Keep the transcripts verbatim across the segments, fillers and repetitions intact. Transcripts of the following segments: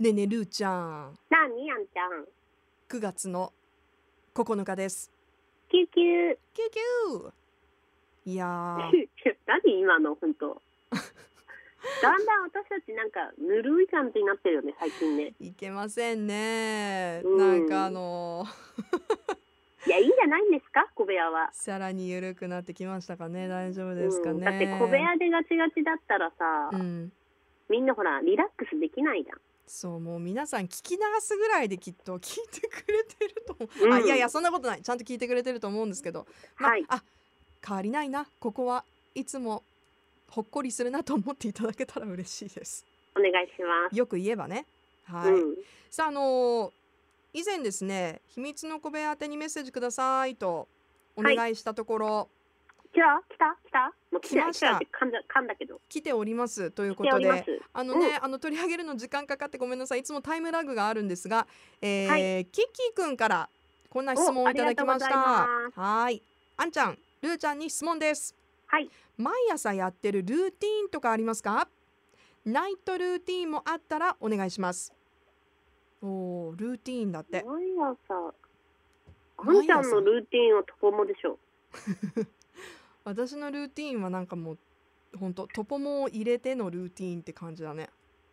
ねえねえるーちゃん、 なにあんちゃん。 くがつのここのかです。 キューキュー。 キューキュー。いやー何今の本当。だんだん私たちなんかぬるい感じになってるよね最近ね。 いけませんね。 うんなんかあのーいやいいんじゃないんですか小部屋は。 さらに緩くなってきましたかね。大丈夫ですかうん、だってね。 小部屋でガチガチだったらさ、 うん。 みんなほらリラックスできないじゃん。 そう、もう皆さん聞き流すぐらいできっと聞いてくれてると思う。 うんあ、いやいや、そんなことない。ちゃんと聞いてくれてると思うんですけど。まはい。 あ、変わりないな。ここはいつもほっこりするなと思っていただけたら嬉しいです。 お願いします。 よく言えばね。はい。 うん。 さあ、あのー以前ですね、秘密の小部屋宛てにメッセージくださいとお願いしたところ、 来た来た来たもう来ました来たって噛んだ噛んだけど。 来ておりますということ来ておりま。 ですあのね、あの取り上げるの時間かかってごめんなさい。いつもタイムラグがあるんですが、えーはキッキーくんからこんな質問をいただきましおありがとうございた。はーい。あんちゃん、ルーちゃんに質問です。 はい。 毎朝やってるルーティーンとかありますか？ナイトルーティーンもあったらお願いします。おー、ルーティーンだって。 毎朝。あんちゃんのルーティンはトコモでしょ。 私のルーティーンはなんかもうほんとトポモを入れてのルーティーンって感じだね。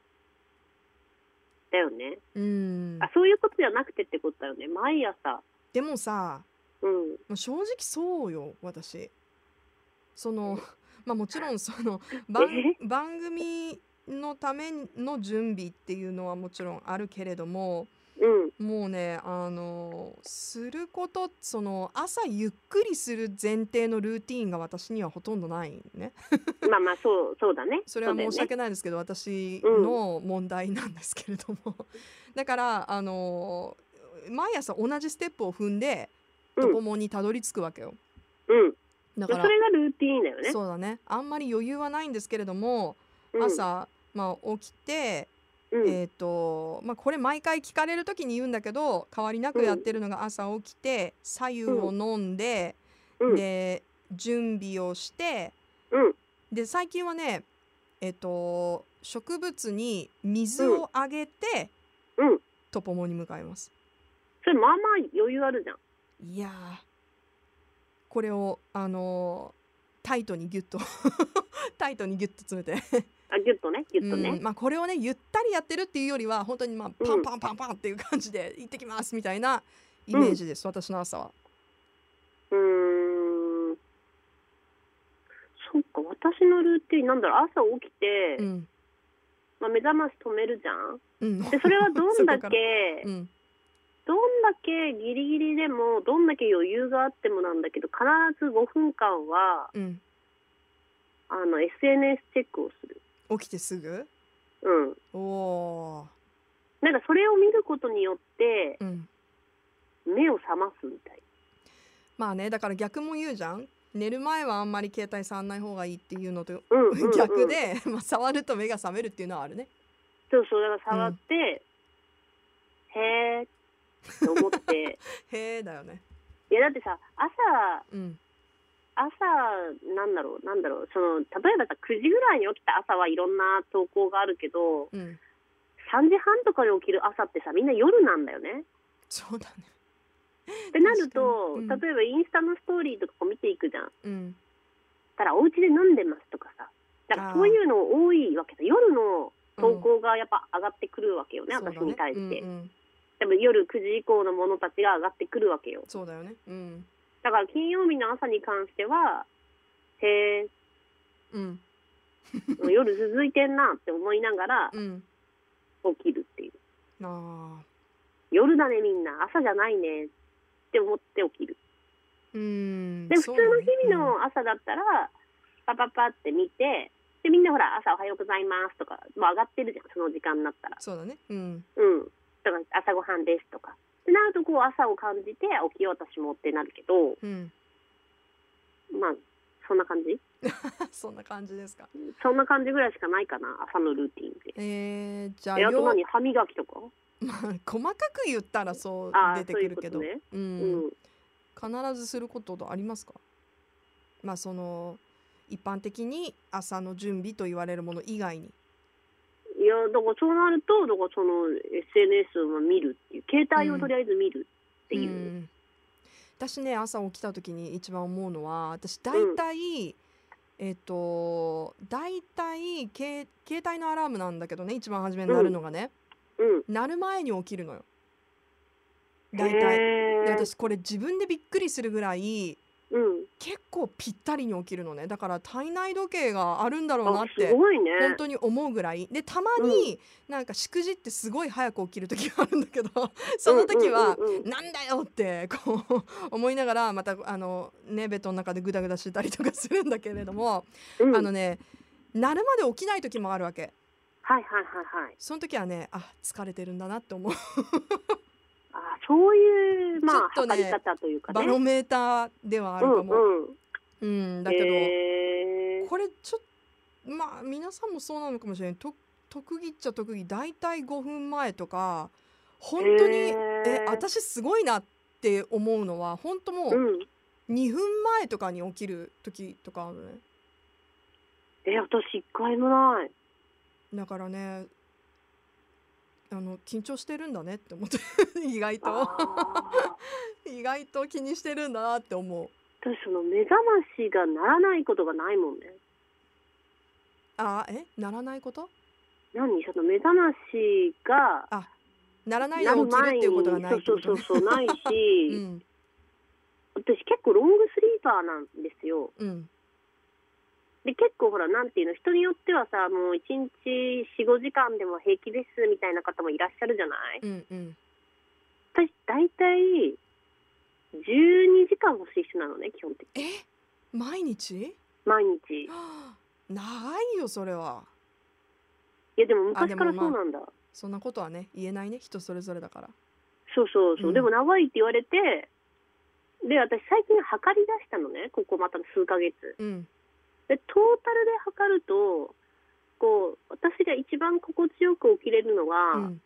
だよね。 うーん。 あ、そういうことじゃなくてってことだよね。毎朝。 でもさ、 うん。 まあ正直そうよ私。そのまあもちろんその番え番組のための準備っていうのはもちろんあるけれども、 うん。 もうねあのすることその朝ゆっくりする前提のルーティーンが私にはほとんどないね。 まあまあ、そう、そうだね。 それは申しそうだよね。 訳ないですけど、私うんの問題なんですけれどもだからあの毎朝同じステップを踏んでトポモにたどり着くわけよ。 うん。 だからそれがルーティンだよね。 そうだね、あんまり余裕はないんですけれども、 うん。 朝、まあ、起きて、 うん。 えっ、とまあこれ毎回聞かれる時に言うんだけど、変わりなくやってるのが朝起きて白湯を飲んで、 うん。 で準備をしてうん。 で最近はねえっ、と植物に水をあげて、 うん。 トポモに向かいます。 それまあまあ余裕あるじゃん。 いやーこれをあのータイトにギュッとタイトにギュッと詰めてあ、ギュッとね、ギュッとね。 うん、まあこれをねゆったりやってるっていうよりは本当にまあうんパンパンパンパンっていう感じで行ってきますみたいなイメージです、私の朝は。 うーん。そっか、私のルーティンなんだろう、朝起きて、 うんまあ、目覚まし止めるじゃん。 うんで、それはどんだそこからけ、 うんどんだけギリギリでも、どんだけ余裕があってもなんだけど、必ずごふんかんは、 うんあの、エスエヌエス チェックをする。 起きてすぐうん。 おおなんかそれを見ることによってー、うん、 目を覚ますみたい。 まあねだから逆も言うじゃん。寝る前はあんまり携帯触んない方がいいっていうのとうんうんうん、 逆で、まあ、触ると目が覚めるっていうのはあるね。 そうそう、だから触って、へーって思って。 へえだよね。 いや、だってさ、朝、 うん朝、なんだろう、なんだろう、その、例えばさ、くじぐらいに起きた朝はいろんな投稿があるけど、 うんさんじはんとかに起きる朝ってさ、みんな夜なんだよね。 そうだね。 ってなると、 確かにうん例えばインスタのストーリーとかこう見ていくじゃん。 うんたら、お家で飲んでますとかさ。だからそういうの多いわけさ。夜の投稿がやっぱ上がってくるわけよね、私に対して。 うんうん多分夜くじ以降のものたちが上がってくるわけよ。 そうだよね。うんだから金曜日の朝に関しては、へえ、 うん夜続いてんなって思いながらうん起きるっていう。 ああ夜だねみんな、朝じゃないねって思って起きる。 うんで、普通の日々の朝だったら、パパパって見て、で、みんなほら、朝おはようございますとか、もう上がってるじゃん、その時間になったら。 そうだね。うんうん。だから朝ごはんですとか。ってなると、こう、朝を感じて、起きよう私もってなるけど、 うんまあ、そんな感じそんな感じですか。 そんな感じぐらいしかないかな、朝のルーティンって。 えー、じゃあえ、あとよ何歯磨きとかまあ細かく言ったらそうあー出てくるけどそういうことね。 ううんん。 必ずすることありますか？まあその一般的に朝の準備と言われるもの以外に。 いや、だからそうなると、だからその エスエヌエス を見るっていう、携帯をとりあえず見るってういう。 ん、私ね朝起きた時に一番思うのは私大うん、 体えっと大体け携帯のアラームなんだけどね一番初めにうん、 鳴るのがねうん。 鳴る前に起きるのよへ大体でえ、 私これ自分でびっくりするぐらいうん。 結構ぴったりに起きるのねだから体内時計があるんだろうあ、すなってごいね。 本当に思うぐらいでたまうん、 になんかしくじってすごい早く起きる時があるんだけどそうん、 のうん、 時はうん、 なんだよってこう思いながらまたあのねベッドの中でグダグダしてたりとかするんだけれどもうん。うん。 あのね鳴るまで起きない時もあるわけはいはいはいはい。 その時はねあ疲れてるんだなって思うあ、そういう、 ちょっまあ、測りとね方というかね。 バロメーターではあうん、 るかもうん。 うんだけどへえ、 これちょっとまあ皆さんもそうなのかもしれないと特技っちゃ特技だいたいごふんまえとかへ本当にええ、 私すごいなって思うのは本当もうん。 うにふんまえとかに起きる時とかあるねえ、私一回もない。 だからねあの緊張してるんだねって思って意外あとあ。 意外と気にしてるんだなって思う私その目覚ましが鳴らないことがないもんね。 あえならないこと何その目覚ましがあならないで鳴る起きるっ前ていうことがに、そうそうないってことねそうそう、ないうし、 ん私結構ロングスリーパーなんですよ。 うんで、結構ほら、なんていうの、人によってはさ、もういちにちよん、ごじかんでも平気ですみたいな方もいらっしゃるじゃない。 うんうん私、大体じゅうにじかん欲しい人なのね、基本的に。 え毎日毎日。 はあ長いよそれはいや、でもあで昔からもまあそうなんだ。 そんなことはね言えないね人それぞれだからそうそうそう。でうんも長いって言われて、で、私最近測り出したのね、ここまた数ヶ月。 うんで、トータルで測ると、こう、私が一番心地よく起きれるのうがん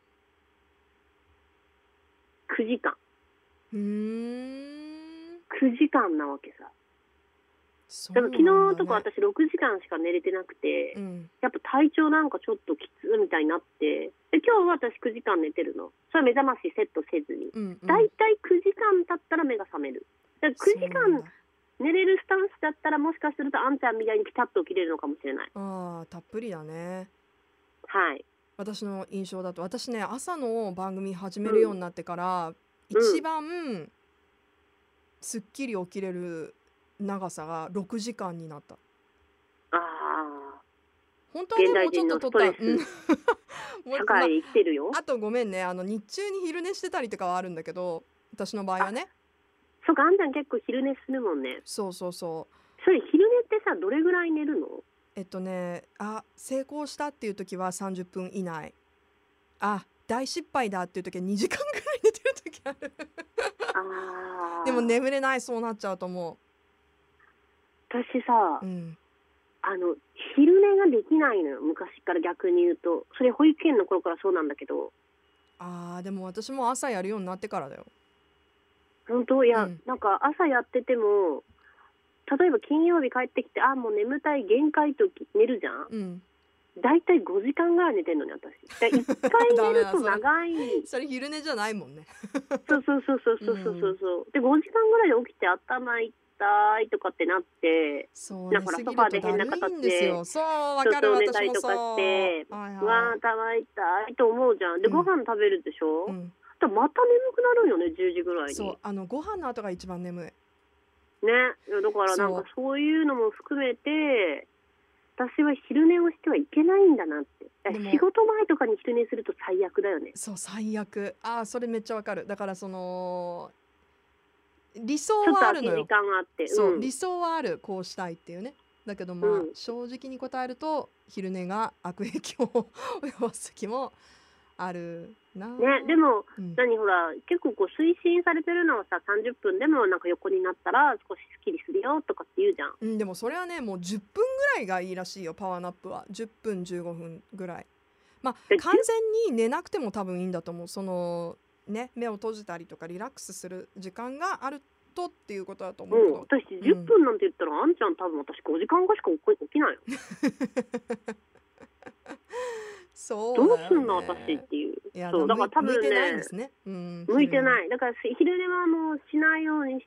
くじかん。 うーんくじかんなわけさ。 そうでも昨なんだね日とか私ろくじかんしか寝れてなくて、 うんやっぱ体調なんかちょっときつみたいになって、で今日は私くじかん寝てるの。それは目覚ましセットせずに。 うんうんだいたいくじかん経ったら目が覚める。だからくじかそうなんだ寝れるスタンスだったらもしかするとあんちゃんみたいにピタッと起きれるのかもしれない。 あーたっぷりだねはい。 私の印象だと私ね朝の番組始めるようになってから、 うん一番すっきり起きれる長さがろくじかんになったああ、 本当はね現代もうちょっ人と取った、 のストレスうん、もう社ま会で生きてるよ。 あとごめんねあの日中に昼寝してたりとかはあるんだけど私の場合はねそうか、あんちゃん結構昼寝するもんね。 そうそうそうそれ昼寝ってさ、どれぐらい寝るの？ えっとねあ成功したっていう時はさんじゅっぷん以内あ大失敗だっていう時はにじかんぐらい寝てる時あるああ。 でも眠れないそうなっちゃうと思私さう、う、ん、 あの昼寝ができないのよ、昔から逆に言うと。それ保育園の頃からそうなんだけど、 あーでも私も朝やるようになってからだよ本当いや、 うんなんか朝やってても、例えば金曜日帰ってきて、あもう眠たい限界と寝るじゃん。 うんだいたいごじかんぐらい寝てんのね、私。だからいっかい寝ると長い。 それ昼寝じゃないもんねそうそうそうそうそうそうそうそう。でごじかんぐらいで起きて頭痛いとかってなって、 そうなんかほら寝すぎるソファーでとだるい変な形んですよそうわかるちょっと寝た私もそうりとかして、 はいうわはー頭痛いと思うじゃん。でうんご飯食べるでしょ。 い、うん、 だからまた眠くなるよね、じゅうじぐらいに。 そうあのご飯の後が一番眠いね。いやだからなんかそういうのも含めて、私は昼寝をしてはいけないんだなって。だから仕事前とかに昼寝すると最悪だよね。 そう最悪あーそれめっちゃわかるだからその理想ちょっとはあるのよ空き時間があって。 そう、 うん、 理想はあるこうしたいっていうねだけどまあ、 うん正直に答えると昼寝が悪影響を及ぼす時もあるなね、でも、 うん何ほら結構こう推進されてるのはさ、さんじゅっぷんでもなんか横になったら少しスッキリするよとかって言うじゃん。 うん、でもそれはねもうじゅっぷんぐらいがいいらしいよパワーナップはじゅっぷんじゅうごふんぐらいまあえ完全に寝なくても多分いいんだと思うそのね目を閉じたりとかリラックスする時間があるとっていうことだと思うけうん、 ど、 私じゅっぷんなんて言ったら、あんちゃん多分私ごじかん後しか起き起きないよ。 そうだよどうすんの私っね。 ていう。 いや、 そう、だ向いから多分向いてないんでね、 すね。うん、 向いて昼寝。 ない。だから昼寝はもうしないようにして、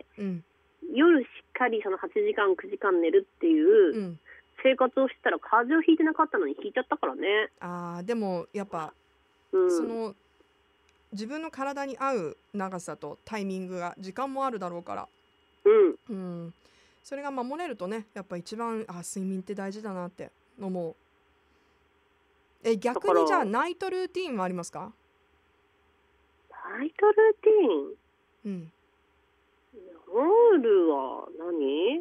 うん、 夜しっかりそのはちじかん、くじかん寝るっていううん。 生活をしたら風邪をひいてなかったのにひいちゃったからね。 ああ、でもやっぱうん。 その自分の体に合う長さとタイミングが時間もあるだろうから、 うん。 うん、それが守れるとね、やっぱ一番あ睡眠って大事だなって思う。え、 だから、 逆にじゃあナイトルーティーンはありますか？ ナイトルーティーン。 うん。 夜は何？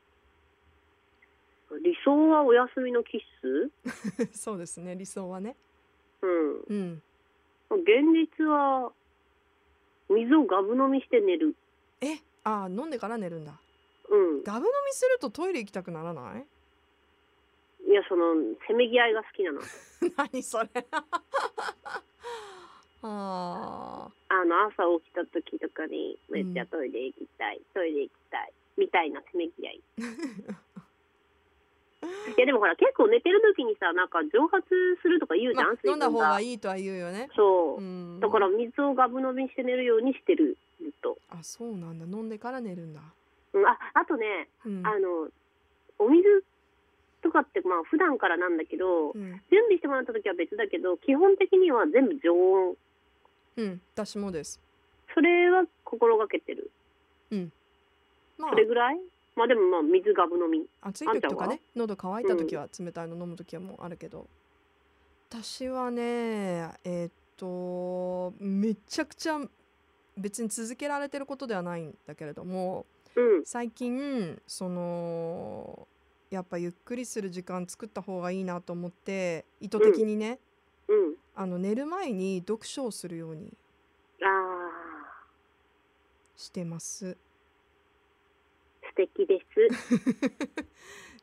理想はお休みのキッス。 そうですね、理想はね。 うん。 うん。 現実は水をガブ飲みして寝る。 え、あー飲んでから寝るんだ。 うん。 ガブ飲みするとトイレ行きたくならない？ いや、そのせめぎ合いが好きなの。 何それああの朝起きた時とかにめっちゃトイレ行きたい、トイレ行きたいみたいなせめぎ合い。いやでもほら結構寝てる時にさ、なんか蒸発するとか言うー、 じゃん、 まあ、 水飲んだ方分が。 がいいとは言うよね。 そうう。 ん。 だから水をガブ飲みして寝るようにしてる、ずっと。 あ、そうなんだ。飲んでから寝るんだ。 うん、あ、あとね、 うん。 あの、お水とかってまあ普段からなんだけど、 うん。 準備してもらった時は別だけど、基本的には全部常温。 うん。私もです。 それは心がけてる。 うん。まあそれぐらい。まあでもまあ水ガブ飲み。 暑い時とかね、喉乾いた時は冷たいの飲む時はもうあるけど、私はね、えーっとめちゃくちゃ別に続けられてることではないんだけれども、 うん。 最近そのやっぱゆっくりする時間作った方がいいなと思って意図的にね、 うん。 あの寝る前に読書をするようにああ、 してます。 素敵です。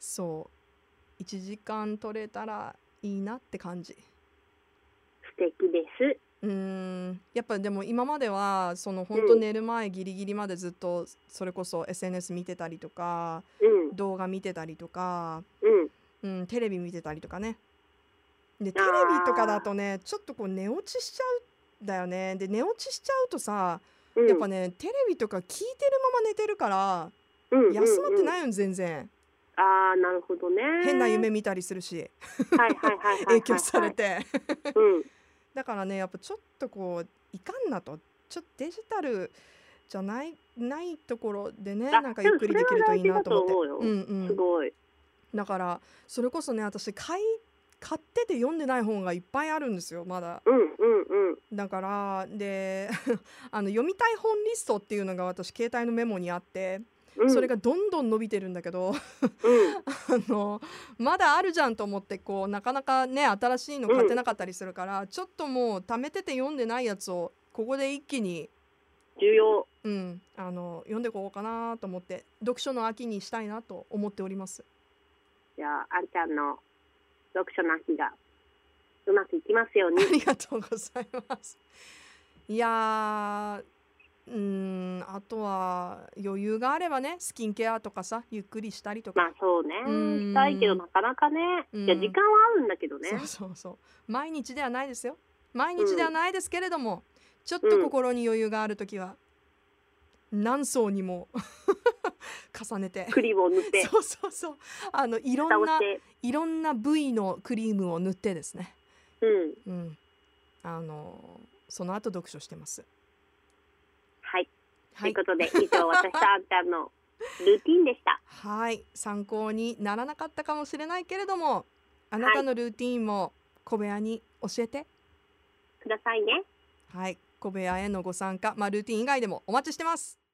そういちじかん取れたらいいなって感じ。 素敵です。 うーんやっぱでも今まではその本当うん寝る前ギリギリまでずっとそれこそ エスエヌエス 見てたりとかうん。 動画見てたりとか、 うん。 うん、テレビ見てたりとかね。でテあーレビとかだとねちょっとこう寝落ちしちゃうんだよね。で寝落ちしちゃうとさうん。 やっぱねテレビとか聞いてるまま寝てるからうん、 休まってい。 ないよ全然。 ああ、なるほどね。 変な夢見たりするしはいはいはいはいはいはい。 影響されてうん。 だからねやっぱちょっとこういかんなとちょっとデジタルじゃないないところでねあ、 なんかゆっくりできるといいなと思って。 でもそれは大事だと思うよ。 うんうん。 すごい。 だからそれこそね私買い買ってて読んでない本がいっぱいあるんですよまだ。 うんうんうん。 だからであの読みたい本リストっていうのが私携帯のメモにあってうん、 それがどんどん伸びてるんだけどうん、 あのまだあるじゃんと思ってこうなかなかね新しいの買ってなかったりするから、ちょっともう貯めてて読んでないやつをここで一気に、 重要。 うん、あの読んでこうかなと思って読書の秋にしたいなと思っております。 じゃあ、あんちゃんの読書の秋がうまくいきますように。 ありがとうございます。いやーうーんあとは余裕があればねスキンケアとかさゆっくりしたりとか、 まあそうねうーんしたいけどなかなかね。 うんいや時間はあるんだけどね。 そうそうそう毎日ではないですよ毎日ではないですけれども、ちょっとうん心に余裕があるときは何層にも重ねてクリームを塗ってそうそうそうあのいろ蓋をんなして。 いろんな部位のクリームを塗ってですね、 うん。 うん、あのその後読書してます。 はい。 はいということで以上私とあんちゃんのルーティンでした。 はい参考にならなかったかもしれないけれどもあなたのルーティーンも小部屋に教えてくださいね。 はい小部屋へのご参加、まあ、ルーティン以外でもお待ちしてます。